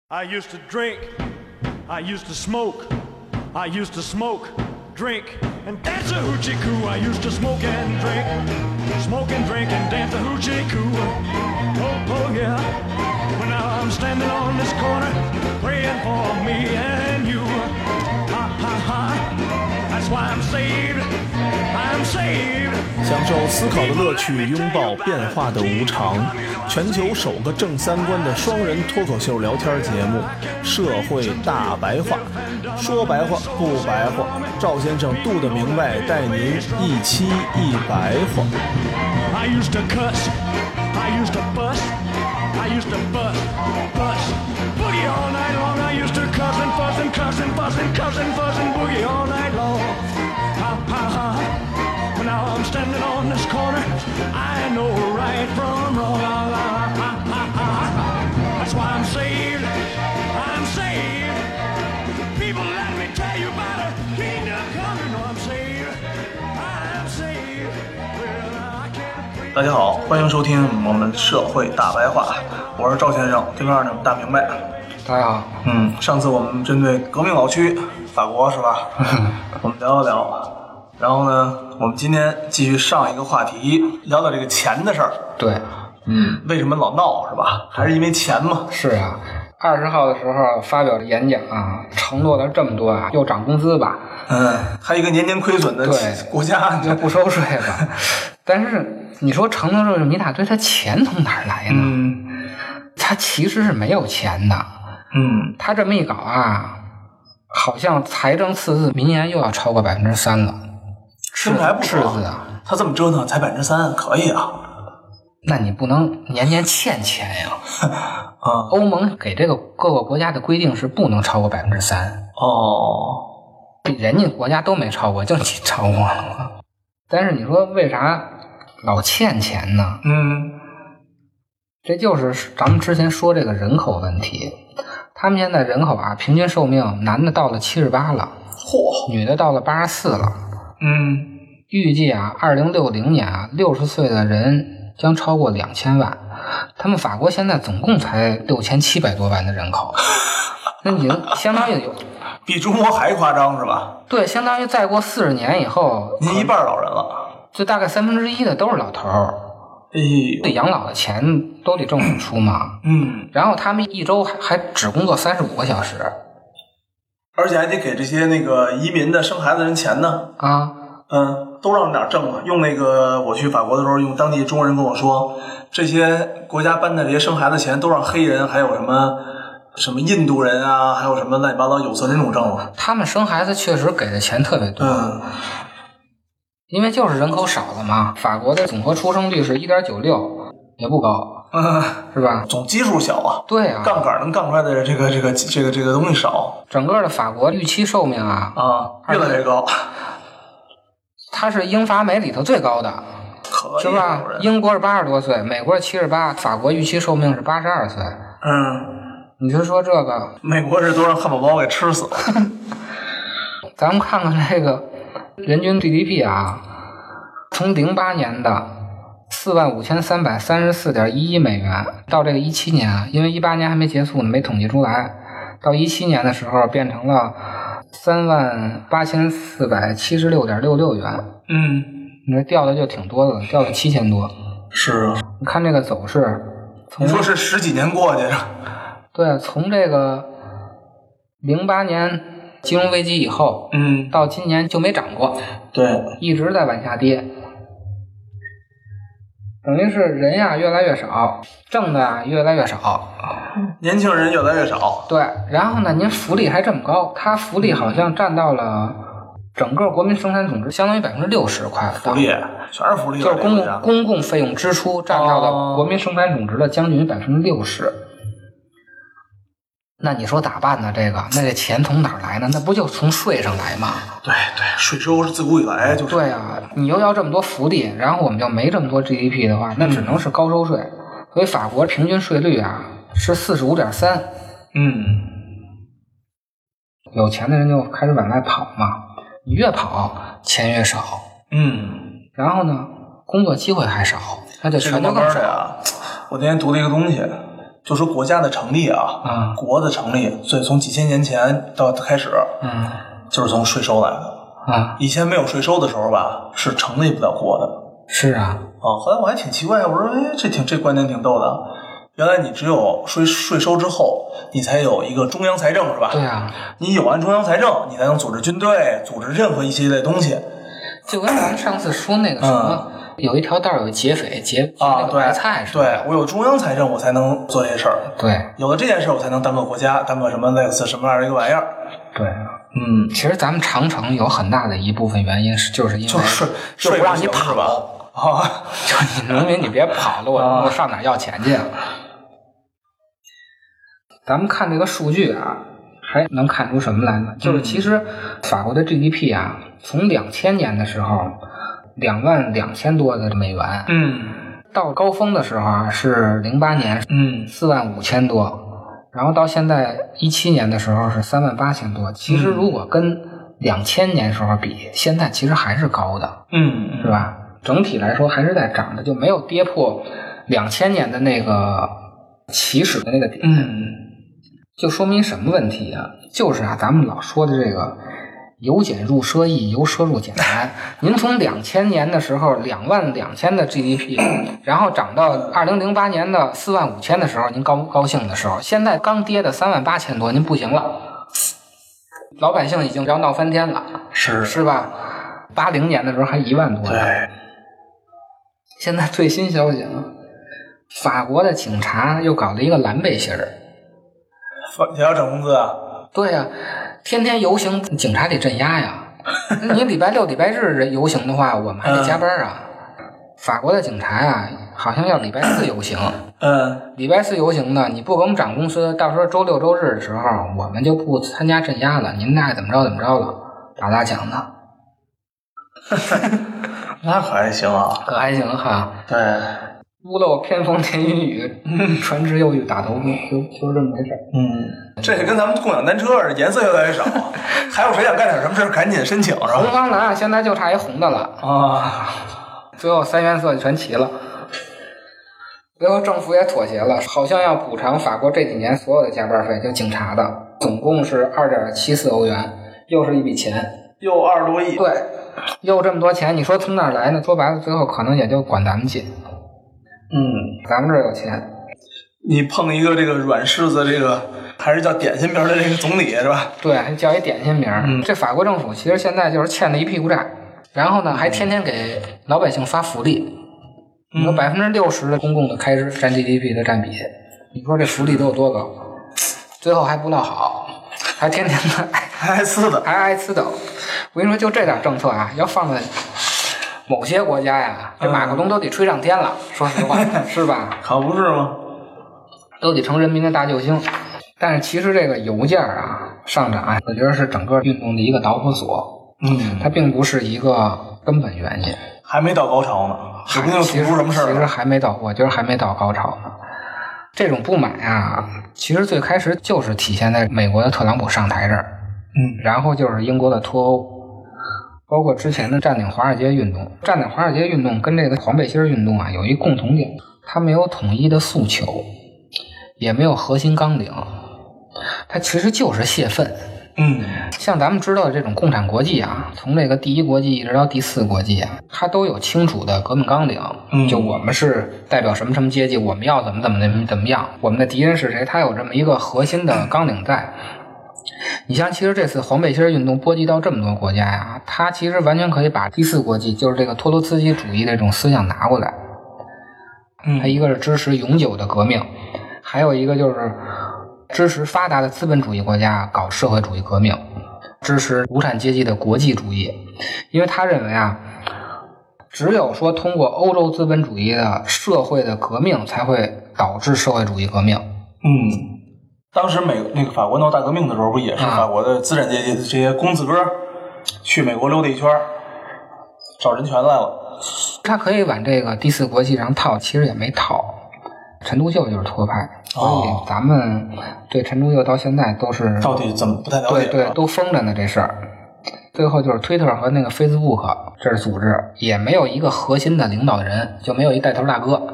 I used to drink, I used to smoke, I used to smoke, drink, and dance a hoochie coo. I used to smoke and drink and dance a hoochie coo. Oh yeah. Well now I'm standing on this corner, praying for me and you. Ha ha ha. That's why I'm saved. I'm saved. 享受思考的乐趣，拥抱变化的无常。全球首个正三观的双人脱口秀聊天节目《社会大白话》，说白话不白话，赵先生度的明白，带您一期一白话。 I used to cuss, I used to bust, I used to bust, boogie all night long. I used to cuss and fuss and cuss and fuss and cuss and fuss and boogie all night long. Ha ha ha. But now I'm standing on this corner, I know right from wrong. Ha ha ha. That's why I'm saved, I'm saved. People, let me tell you about a kingdom coming. No, I'm saved, I'm saved. Well, I can't. 大家好，欢迎收听我们社会大白话，我是赵先生，对面呢大明白。 大家好。 上次我们针对革命老区法国是吧？我们聊一聊。然后呢，我们今天继续上一个话题，聊聊这个钱的事儿。 对， 为什么老闹是吧？还是因为钱嘛。 是啊，20号的时候发表的演讲啊，承诺了这么多啊，又涨工资吧， 还有一个年年亏损的国家就不收税吧。但是你说承诺这个一大堆，他钱从哪儿来呢？他其实是没有钱的。他这么一搞啊，好像财政赤字明年又要超过3%了。 是不是还不赤字啊？ 他这么折腾才3%，可以啊。 那你不能年年欠钱呀。欧盟给这个各个国家的规定是不能超过3%。人家国家都没超过，就你超过了。但是你说为啥老欠钱呢？这就是咱们之前说这个人口问题。他们现在人口啊，平均寿命，男的到了78了，女的到了84了。预计啊，2060年啊，60岁的人将超过2000万。他们法国现在总共才6700多万的人口，那已经相当于有比中国还夸张是吧？ 对，相当于再过40年以后， 您一半老人了， 就大概1/3的都是老头儿。这养老的钱都得政府出嘛。然后他们一周还只工作35个小时， 而且还得给这些那个移民的生孩子人钱呢。都让哪挣了？用那个我去法国的时候，用当地中国人跟我说，这些国家颁的这些生孩子钱都让黑人，还有什么印度人啊，还有什么乱七八糟有色人种挣了。 他们生孩子确实给的钱特别多。因为就是人口少了嘛。法国的总和出生率是 1.96， 也不高。是吧？ 总基数小啊。 对啊， 杠杆能杠出来的这个东西少。 整个的法国预期寿命啊， 越来越高。 它是英法美里头最高的，是吧？英国是80多岁，美国是78，法国预期寿命是82岁。你就说这个， 美国是都让汉堡包给吃死了。 咱们看看这个人均 GDP 啊，从08年的45334.1亿美元，到这个17年啊，因为18年还没结束呢，没统计出来，到17年的时候变成了38476.66元。你这掉的就挺多的，掉了7000多。 是啊， 你看这个走势， 你说是10几年过去了。 对，从这个08年金融危机以后，到今年就没涨过。 对， 一直在往下跌。等于是人呀越来越少，挣的呀越来越少， 年轻人越来越少。 对，然后呢，您福利还这么高，它福利好像占到了整个国民生产总值相当于60%快。 福利全是福利， 就是公共费用支出占到了国民生产总值的将近60%。那你说咋办呢？那这钱从哪儿来呢？那不就从税上来吗？ 对，税收是自古以来就是。 对啊，你又要这么多福利，然后我们就没这么多 GDP 的话，那只能是高收税。所以法国平均税率啊是45.3%。有钱的人就开始往外跑嘛，你越跑钱越少。然后呢，工作机会还少，那就全都更少。 我那天读了一个东西。 就说国家的成立啊，国的成立，所以从几千年前到开始，就是从税收来的。以前没有税收的时候吧，是成立不了国的。 是啊。 后来我还挺奇怪，我说这观点挺逗的。原来你只有税收之后，你才有一个中央财政，是吧？ 对啊。 你有完中央财政，你才能组织军队，组织任何一系列东西。 就跟咱们上次说那个什么，有一条道有劫匪劫那个白菜似的。 对，我有中央财政，我才能做这些事儿。 对， 有了这件事，我才能当个国家，当个什么类似什么样的一个玩意儿。 对，其实咱们长城有很大的一部分原因就是因为就不让你跑啊， 就你农民你别跑了，我上哪要钱去？咱们看这个数据啊，还能看出什么来呢？就是其实法国的 GDP 啊，从2000年的时候22000多的美元，到高峰的时候啊是08年45000多，然后到现在17年的时候是38000多。其实如果跟2000年时候比，现在其实还是高的，是吧？整体来说还是在涨的，就没有跌破2000年的那个起始的那个点。就说明什么问题啊？就是啊，咱们老说的这个由俭入奢易，由奢入俭难。您从2000年的时候22000的 GDP， 然后涨到2008年的45000的时候，您高兴的时候，现在刚跌的38000多，您不行了。老百姓已经要闹翻天了，是吧？80年的时候还1万多呢。 对。 现在最新消息啊，法国的警察又搞了一个蓝背心儿。 也要涨工资啊？ 对呀，天天游行，警察得镇压呀。你礼拜六、礼拜日游行的话，我们还得加班啊。法国的警察呀，好像要礼拜4游行。礼拜4游行呢，你不给我们涨工资，到时候周六周日的时候，我们就不参加镇压了，您爱怎么着怎么着了，打抢的。 那可还行啊， 可还行哈。 对。 屋漏偏逢连阴雨，船只又遇打头风，就这么回事。 这跟咱们共享单车似的，颜色越来越少。还有谁想干点什么事赶紧申请是吧？ 红黄蓝现在就差一红的了啊！最后3原色就全齐了。最后政府也妥协了，好像要补偿法国这几年所有的加班费，就警察的，总共是2.74欧元，又是一笔钱， 又20多亿。 对，又这么多钱，你说从哪儿来呢？说白了，最后可能也就管咱们紧。咱们这儿有钱， 你碰一个这个软柿子，这个还是叫点心名的这个总理是吧？ 对，还叫一点心名。这法国政府其实现在就是欠了一屁股债，然后呢还天天给老百姓发福利，有60%的公共的开支占 GDP 的占比，你说这福利都有多高？最后还不落好，还天天的还挨呲的。 我跟你说，就这点政策啊，要放在某些国家呀，这马克龙都得吹上天了，说实话，是吧？ 可不是吗？ 都得成人民的大救星。但是其实这个油价啊上涨啊，我觉得是整个运动的一个导火索。它并不是一个根本原因。 还没到高潮呢，指不定出什么事儿。 其实还没到，我觉得还没到高潮呢。这种不满啊，其实最开始就是体现在美国的特朗普上台这儿。然后就是英国的脱欧。包括之前的占领华尔街运动，占领华尔街运动跟这个黄背心运动啊有一共同点，它没有统一的诉求，也没有核心纲领，它其实就是泄愤。像咱们知道的这种共产国际啊，从这个第1国际一直到第4国际啊，它都有清楚的革命纲领。就我们是代表什么什么阶级，我们要怎么样，我们的敌人是谁，它有这么一个核心的纲领在。你像其实这次黄背心运动波及到这么多国家呀，它其实完全可以把第4国际就是这个托洛茨基主义的这种思想拿过来。它一个是支持永久的革命，还有一个就是支持发达的资本主义国家搞社会主义革命，支持无产阶级的国际主义。因为他认为啊，只有说通过欧洲资本主义的社会的革命才会导致社会主义革命。 当时那个法国闹大革命的时候，不也是法国的资产阶级的这些公子哥去美国溜达一圈，找人权来了。 他可以往这个第4国际上套，其实也没套。陈独秀就是托派，所以咱们对陈独秀到现在都是到底怎么不太了解？ 对，都封着呢这事儿。最后就是 Twitter 和那个 Facebook 这是组织，也没有一个核心的领导人，就没有一带头大哥。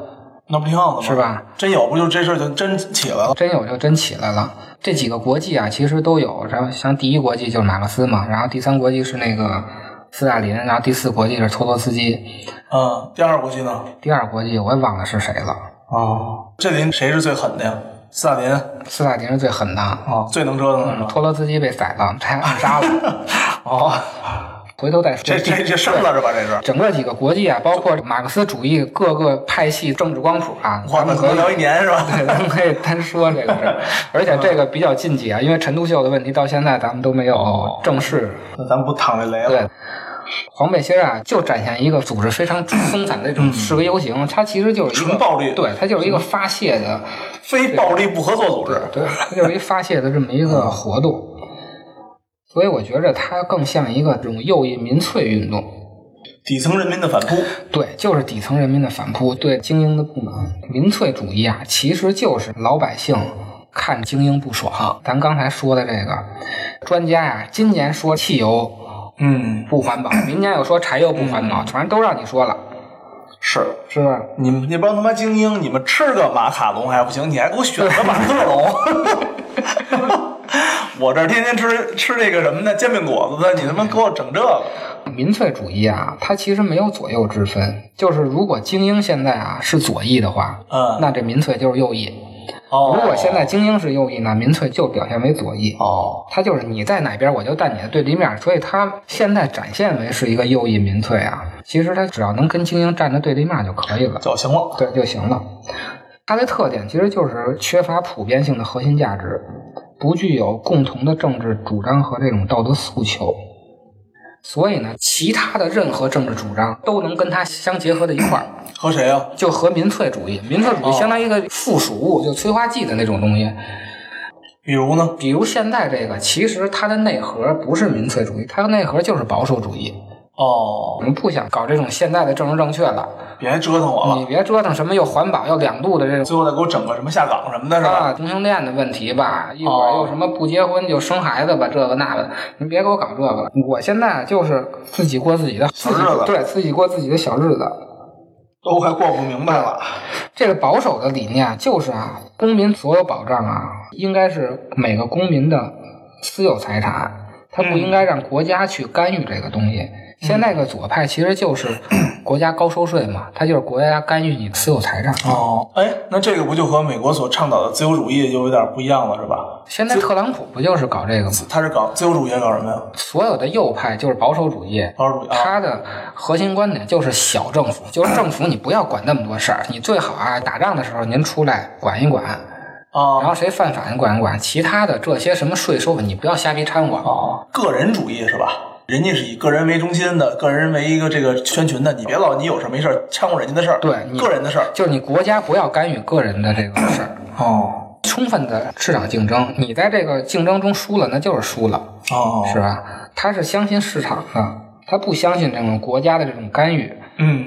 那不挺好的吗？ 是吧？ 真有不就这事儿就真起来了？ 真有就真起来了。这几个国际啊，其实都有，然后像第一国际就是马克思嘛，然后第三国际是那个斯大林，然后第四国际是托洛茨基。 第二国际呢？ 第二国际我也忘了是谁了。 这里谁是最狠的呀？斯大林。 斯大林是最狠的最能折腾的。 托洛茨基被宰了，他还暗杀了。回头再说。 这事儿了是吧？这是整个几个国际啊，包括马克思主义各个派系政治光谱啊， 咱们可以聊一年是吧？ 对，咱们可以单说这个事儿。而且这个比较禁忌啊，因为陈独秀的问题到现在咱们都没有正式。 那咱们不淌这雷了？ 对。黄背心啊，就展现一个组织非常松散的这种示威游行，它其实就是一个纯暴力， 对，它就是一个发泄的非暴力不合作组织， 对，它就是一发泄的这么一个活动。所以我觉着它更像一个这种右翼民粹运动， 底层人民的反扑。 对，就是底层人民的反扑，对精英的不满。民粹主义啊，其实就是老百姓看精英不爽。咱刚才说的这个专家呀，今年说汽油不环保，明年又说柴油不环保，反正都让你说了，是不是？ 你们那帮他妈精英，你们吃个马卡龙还不行，你还给我选个马克龙。我这天天吃这个什么呢，煎饼果子的，你他妈给我整这个。 民粹主义啊，它其实没有左右之分，就是如果精英现在啊是左翼的话，那这民粹就是右翼。如果现在精英是右翼呢，民粹就表现为左翼。它就是你在哪边我就站你的对立面，所以它现在展现为是一个右翼民粹啊。其实它只要能跟精英站在对立面就可以了， 就行了。 对，就行了。它的特点其实就是缺乏普遍性的核心价值，不具有共同的政治主张和这种道德诉求。所以呢，其他的任何政治主张都能跟它相结合在一块儿。 和谁啊？ 就和民粹主义。民粹主义相当于一个附属物，就催化剂的那种东西。 比如呢？ 比如现在这个，其实它的内核不是民粹主义，它的内核就是保守主义。我们不想搞这种现在的政治正确了， 别折腾我了。 你别折腾什么又环保又2度的这种， 最后再给我整个什么下岗什么的，是吧？ 同性恋的问题吧，一会儿又什么不结婚就生孩子吧，这个那个，你别给我搞这个了。我现在就是自己过自己的小日子， 对自己过自己的小日子， 都快过不明白了。 这个保守的理念就是啊，公民所有保障啊，应该是每个公民的私有财产，它不应该让国家去干预这个东西。现在个左派其实就是国家高收税嘛，它就是国家干预你私有财产。 那这个不就和美国所倡导的自由主义就有点不一样了，是吧？ 现在特朗普不就是搞这个吗？ 他是搞自由主义，搞什么呀？ 所有的右派就是保守主义，他的核心观点就是小政府，就是政府你不要管那么多事儿，你最好啊打仗的时候您出来管一管。然后谁犯法你管一管，其他的这些什么税收你不要瞎逼掺和。 个人主义是吧？人家是以个人为中心的，个人为一个这个圈群的，你别老你有事没事掺和人家的事儿， 对， 个人的事儿， 就是你国家不要干预个人的这个事儿。充分的市场竞争，你在这个竞争中输了，那就是输了。是吧？他是相信市场的，他不相信这种国家的这种干预。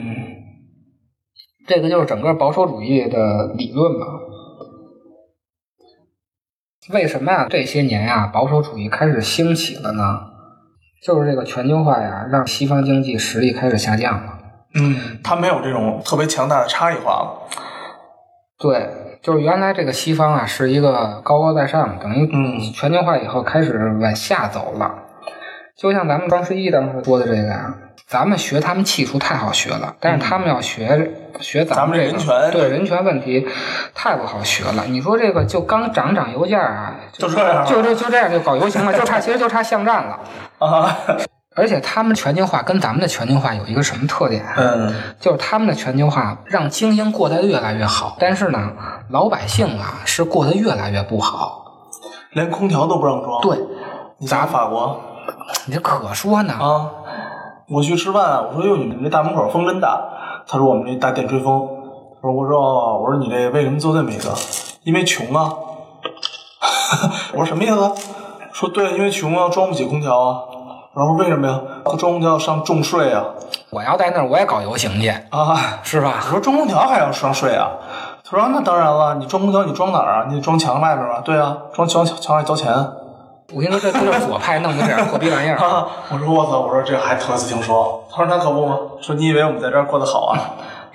这个就是整个保守主义的理论嘛。为什么呀？这些年呀，保守主义开始兴起了呢？就是这个全球化呀，让西方经济实力开始下降了。 它没有这种特别强大的差异化了。 对，就是原来这个西方啊是一个高高在上，等于全球化以后开始往下走了。就像咱们双11当时说的这个呀，咱们学他们技术太好学了，但是他们要学咱们这个人权， 对人权问题太不好学了。你说这个就刚涨油价啊， 就这样， 就这样就搞游行了，其实就差巷战了而且他们全球化跟咱们的全球化有一个什么特点？就是他们的全球化让精英过得越来越好，但是呢，老百姓啊是过得越来越不好， 连空调都不让装。 对， 咱法国， 你这可说呢我去吃饭，我说哟，你们这大门口风真大。他说我们这大电吹风。我说你这为什么做这么一个？因为穷啊。我说什么意思？说对，因为穷啊，装不起空调啊。然后为什么呀？装空调要上重税啊！ 我要在那儿我也搞游行去是吧？ 我说装空调还要上税啊？他说那当然了，你装空调你装哪儿啊？你得装墙外面吧？对啊，装墙外交钱。 我跟你说，这就是左派弄的这样破逼玩意儿我说我操！我说这还头一次听说。他说那可不吗？说你以为我们在这儿过得好啊？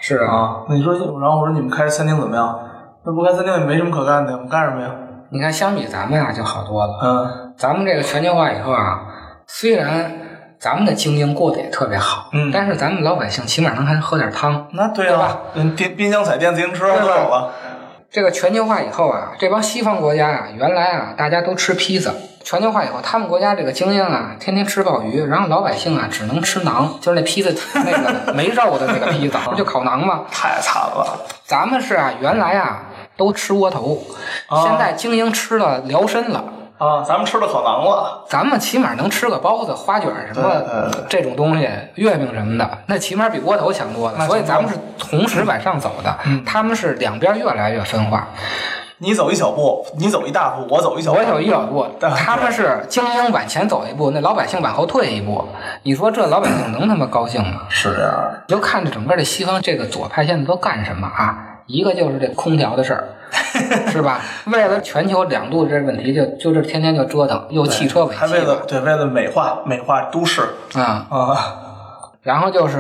是啊。 那你说，然后我说你们开餐厅怎么样？那不开餐厅也没什么可干的，我们干什么呀？ 你看，相比咱们呀就好多了。咱们这个全球化以后啊，虽然咱们的经营过得也特别好，但是咱们老百姓起码能还喝点汤。 那对啊，冰箱、彩电、自行车都有了。 这个全球化以后啊，这帮西方国家啊，原来啊大家都吃披萨。全球化以后，他们国家这个精英啊，天天吃鲍鱼，然后老百姓啊只能吃馕，就是那披萨那个没肉的那个披萨，不就烤馕吗？ 太惨了。咱们是啊，原来啊都吃窝头，现在精英吃了辽参了。 咱们吃了烤馕了， 咱们起码能吃个包子、花卷什么这种东西，月饼什么的，那起码比窝头强多了。所以咱们是同时往上走的，他们是两边越来越分化。 你走一小步，你走一大步，我走一小步， 他们是精英往前走一步，那老百姓往后退一步。你说这老百姓能他妈高兴吗？ 是这样。 就看着整个这西方这个左派现在都干什么啊？一个就是这空调的事儿，是吧？为了全球2度这问题，就这天天就折腾，又汽车尾气， 还为了美化都市然后就是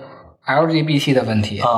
LGBT 的问题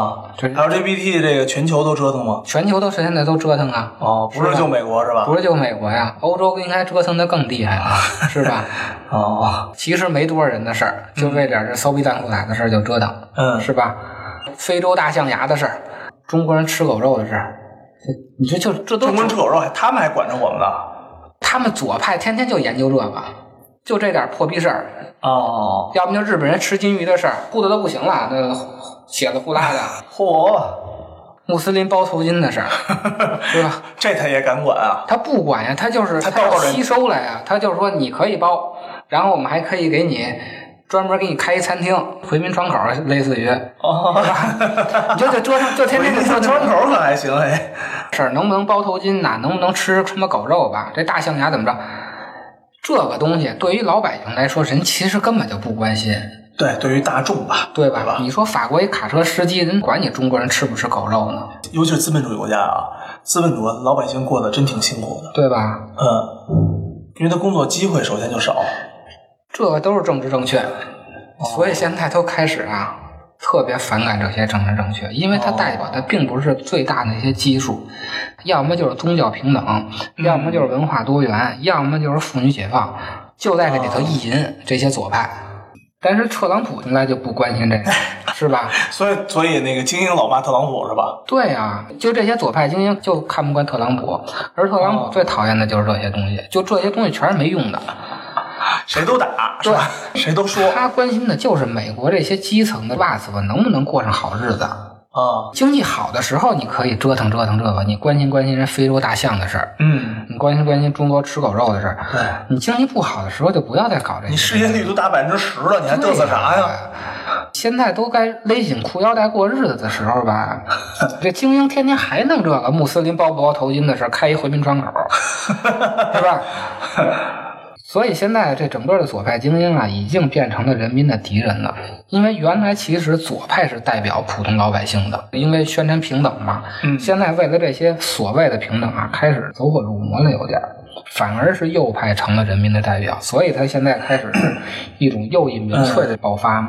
LGBT 这个全球都折腾吗？ 全球现在都折腾啊！ 不是就美国是吧？ 不是就美国呀，欧洲应该折腾的更厉害了，是吧？其实没多少人的事儿，就为点这骚逼蛋裤衩的事儿就折腾，是吧？非洲大象牙的事儿。中国人吃狗肉的事儿，你说这都中国人吃狗肉，他们还管着我们呢。 他们左派天天就研究这个，就这点破逼事儿要不就日本人吃金鱼的事儿，哭的都不行了，那血了呼啦的。穆斯林包头巾的事儿，是吧？ 这他也敢管啊？ 他不管呀，他要吸收来呀，他就是说你可以包，然后我们还可以给你。专门给你开一餐厅，回民窗口，类似于，你就折腾，就天天就窗口可还行哎。 事儿能不能包头巾呐？能不能吃什么狗肉吧？这大象牙怎么着？这个东西对于老百姓来说，人其实根本就不关心。 对于大众吧， 对吧？你说法国一卡车司机，人管你中国人吃不吃狗肉呢？ 尤其是资本主义国家啊，资本主义老百姓过得真挺辛苦的， 对吧？ 因为他工作机会首先就少。 这都是政治正确，所以现在都开始啊，特别反感这些政治正确，因为它代表的并不是最大的一些基数，要么就是宗教平等，要么就是文化多元，要么就是妇女解放，就在这里头意淫这些左派。但是特朗普应该就不关心这个，是吧？ 所以那个精英老骂特朗普是吧？ 对啊，就这些左派精英就看不惯特朗普，而特朗普最讨厌的就是这些东西，就这些东西全是没用的。 谁都打，是吧？谁都说。 他关心的就是美国这些基层的袜子们能不能过上好日子经济好的时候，你可以折腾这个，你关心人非洲大象的事儿，你关心中国吃狗肉的事儿。 对， 你经济不好的时候就不要再搞这些。 你失业率都达10%了，你还嘚瑟啥呀？ 现在都该勒紧裤腰带过日子的时候吧，这精英天天还弄这个穆斯林包不包头巾的事儿，开一回民窗口，是吧？所以现在这整个的左派精英啊，已经变成了人民的敌人了。因为原来其实左派是代表普通老百姓的，因为宣传平等嘛。现在为了这些所谓的平等啊，开始走火入魔了，有点，反而是右派成了人民的代表，所以他现在开始是一种右翼民粹的爆发嘛。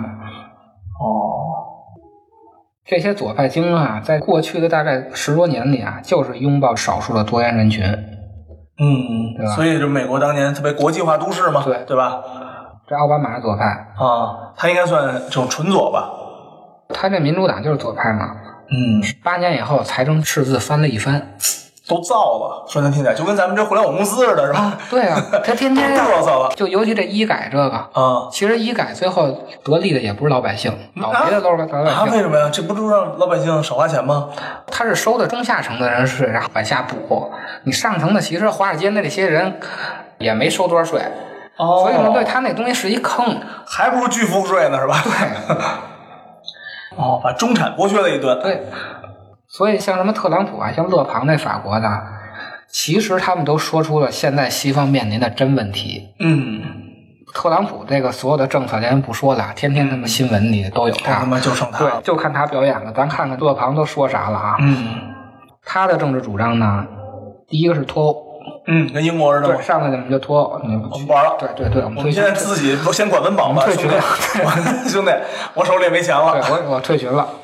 这些左派精英啊，在过去的大概10多年里啊，就是拥抱少数的多元人群。对吧？ 所以这美国当年特别国际化都市嘛，对吧？ 这奥巴马是左派他应该算这种纯左吧？ 他这民主党就是左派嘛。8年以后，财政赤字翻了一番， 都造了，说难听点，就跟咱们这互联网公司似的，是吧？ 对啊，他天天嘚瑟了。 就尤其这医改这个其实医改最后得利的也不是老百姓，倒霉的都是老百姓。 为什么呀？这不就让老百姓少花钱吗？ 他是收的中下层的人税，然后往下补。你上层的其实华尔街的这些人也没收多少税，所以说对他那东西是一坑， 还不如巨富税呢，是吧？ 对。 把中产剥削了一顿。 对。所以像什么特朗普啊，像勒庞那法国的，其实他们都说出了现在西方面临的真问题。特朗普这个所有的政策咱不说了，天天他们新闻里都有他， 他妈就剩他， 对，就看他表演了。咱看看勒庞都说啥了啊？他的政治主张呢，第一个是脱欧， 跟英国似的， 对，上来你们就脱欧，你我们不玩了， 对， 我们现在自己都先管温饱吧， 退群了， 兄弟，我手里也没钱了， 对，我退群了。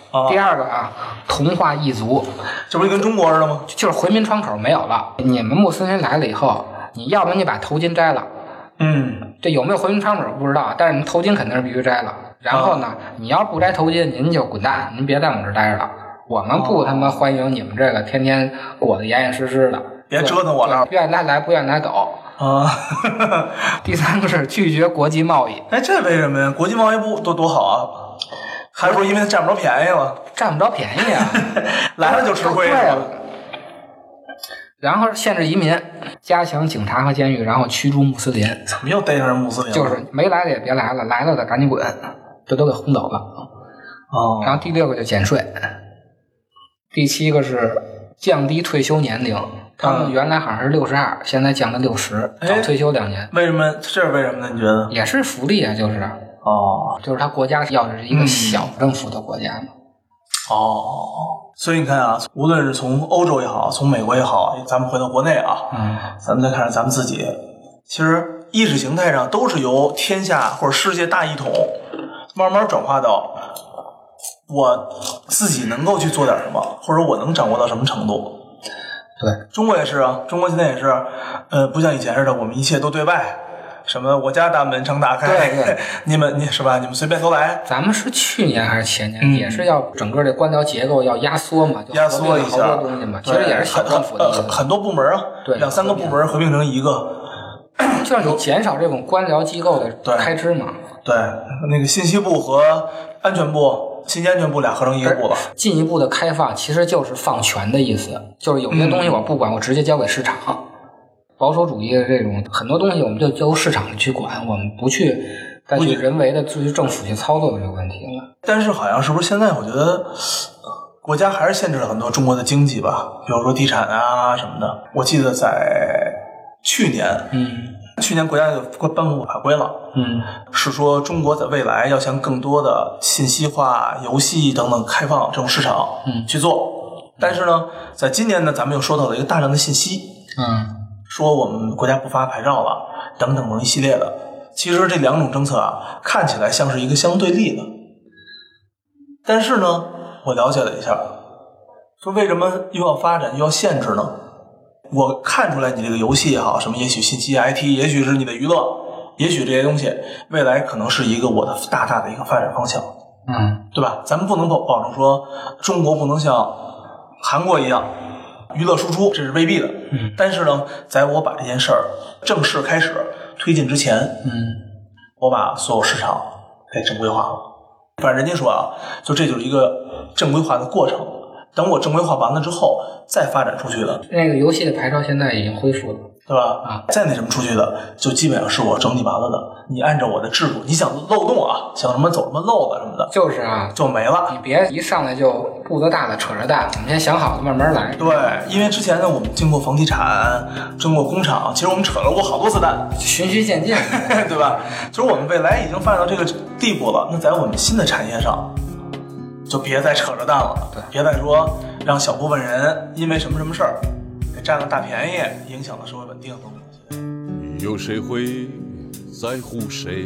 第二个啊，同化异族， 这不就跟中国似的吗？ 就是回民窗口没有了。你们穆斯林来了以后，你要么你把头巾摘了，这有没有回民窗口不知道，但是你头巾肯定是必须摘了。然后呢，你要不摘头巾，您就滚蛋，您别在我们这待着了。我们不他妈欢迎你们这个天天裹得严严实实的， 别折腾我了。 愿意来，不愿意来走。第三个是拒绝国际贸易。 哎，这为什么呀？国际贸易部多好啊！还不是因为他占不着便宜了？ 占不着便宜啊， 来了就吃亏了。然后限制移民，加强警察和监狱，然后驱逐穆斯林。 怎么又逮上人穆斯林了？ 就是没来的也别来了，来了的赶紧滚，这都给轰走了。然后第6个就减税，第7个是降低退休年龄。他们原来好像是62，现在降到60，早退休2年。 为什么？这是为什么呢？你觉得？ 也是福利啊，就是。就是他国家要的是一个小政府的国家嘛。 所以你看啊，无论是从欧洲也好，从美国也好，咱们回到国内啊，咱们再看看咱们自己，其实意识形态上都是由天下或者世界大一统慢慢转化到我自己能够去做点什么，或者我能掌握到什么程度。 对， 中国也是啊，中国现在也是，不像以前似的，我们一切都对外，什么我家大门常打开， 对你是吧？你们随便都来。 咱们是去年还是前年，也是要整个这官僚结构要压缩嘛， 压缩一下好多东西嘛，其实也是小政府的很多部门啊，对，2-3个部门合并成一个， 就让你减少这种官僚机构的开支嘛。 对，那个信息部和安全部。信息安全部俩合成一个部了。 进一步的开放其实就是放权的意思，就是有些东西我不管，我直接交给市场。保守主义的这种很多东西我们就交市场去管，我们不去再去人为的至于政府去操作这个问题了。 但是好像是不是现在我觉得国家还是限制了很多中国的经济吧，比如说地产啊什么的。我记得在去年国家就颁布法规了，是说中国在未来要向更多的信息化、游戏等等开放这种市场去做。但是呢，在今年呢，咱们又收到了一个大量的信息，说我们国家不发牌照了，等等一系列的。其实这两种政策啊，看起来像是一个相对立的，但是呢，我了解了一下，说为什么又要发展又要限制呢？我看出来你这个游戏也好，什么也许信息 IT， 也许是你的娱乐，也许这些东西未来可能是一个我的大大的一个发展方向，对吧？咱们不能保证说中国不能像韩国一样娱乐输出，这是未必的。但是呢，在我把这件事儿正式开始推进之前，我把所有市场给正规化了。反正人家说啊，就这就是一个正规化的过程。等我正规化完了之后，再发展出去的。 那个游戏的牌照现在已经恢复了， 对吧？再那什么出去的，就基本上是我整理完了的。你按照我的制度，你想漏洞啊，想什么走什么漏了什么的， 就是啊， 就没了。 你别一上来就步子大的扯着蛋，我们先想好了慢慢来。 对，因为之前呢，我们经过房地产，经过工厂，其实我们扯了过好多次蛋， 循序渐进， 对吧？就是我们未来已经发展到这个地步了，那在我们新的产业上，就别再扯着蛋了，别再说让小部分人因为什么什么事儿给占了大便宜，影响了社会稳定等等。 有谁会在乎谁？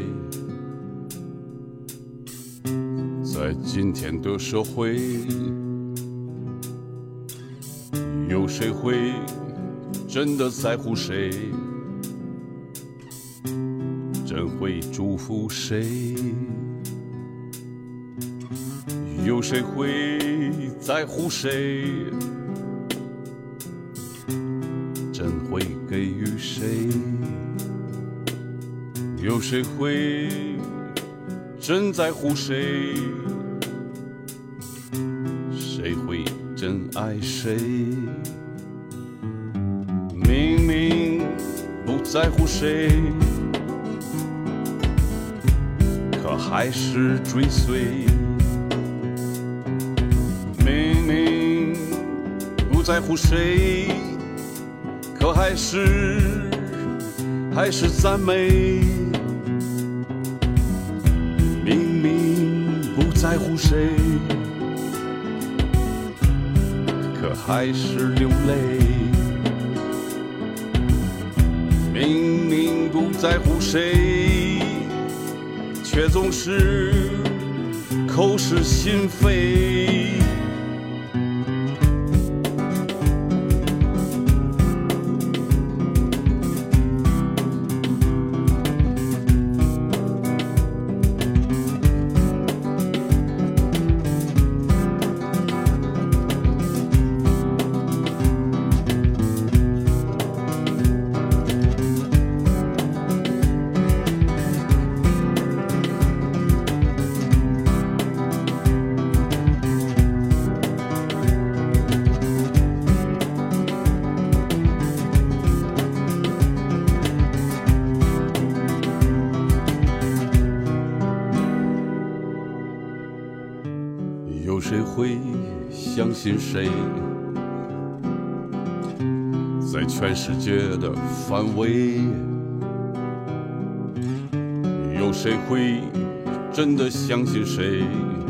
在今天的社会，有谁会真的在乎谁？真会祝福谁？有谁会在乎谁？真会给予谁？有谁会真在乎谁？谁会真爱谁？明明不在乎谁，可还是追随。明明不在乎谁，可还是赞美。明明不在乎谁，可还是流泪。明明不在乎谁，却总是口是心非。有谁会相信谁？在全世界的范围，有谁会真的相信谁？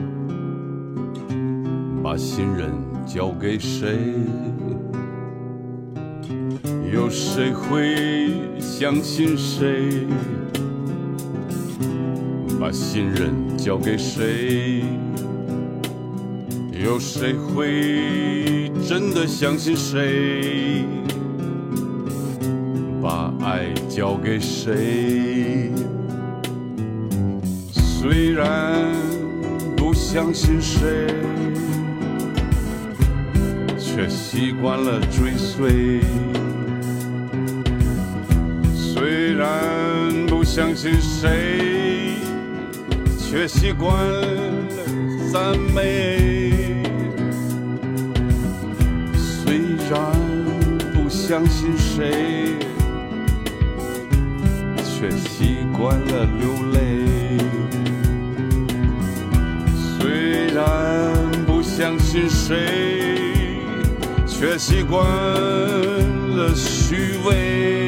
把信任交给谁？有谁会相信谁？把信任交给谁？有谁会真的相信谁？把爱交给谁？虽然不相信谁，却习惯了追随。虽然不相信谁，却习惯了赞美。虽然不相信谁，却习惯了流泪。虽然不相信谁，却习惯了虚伪。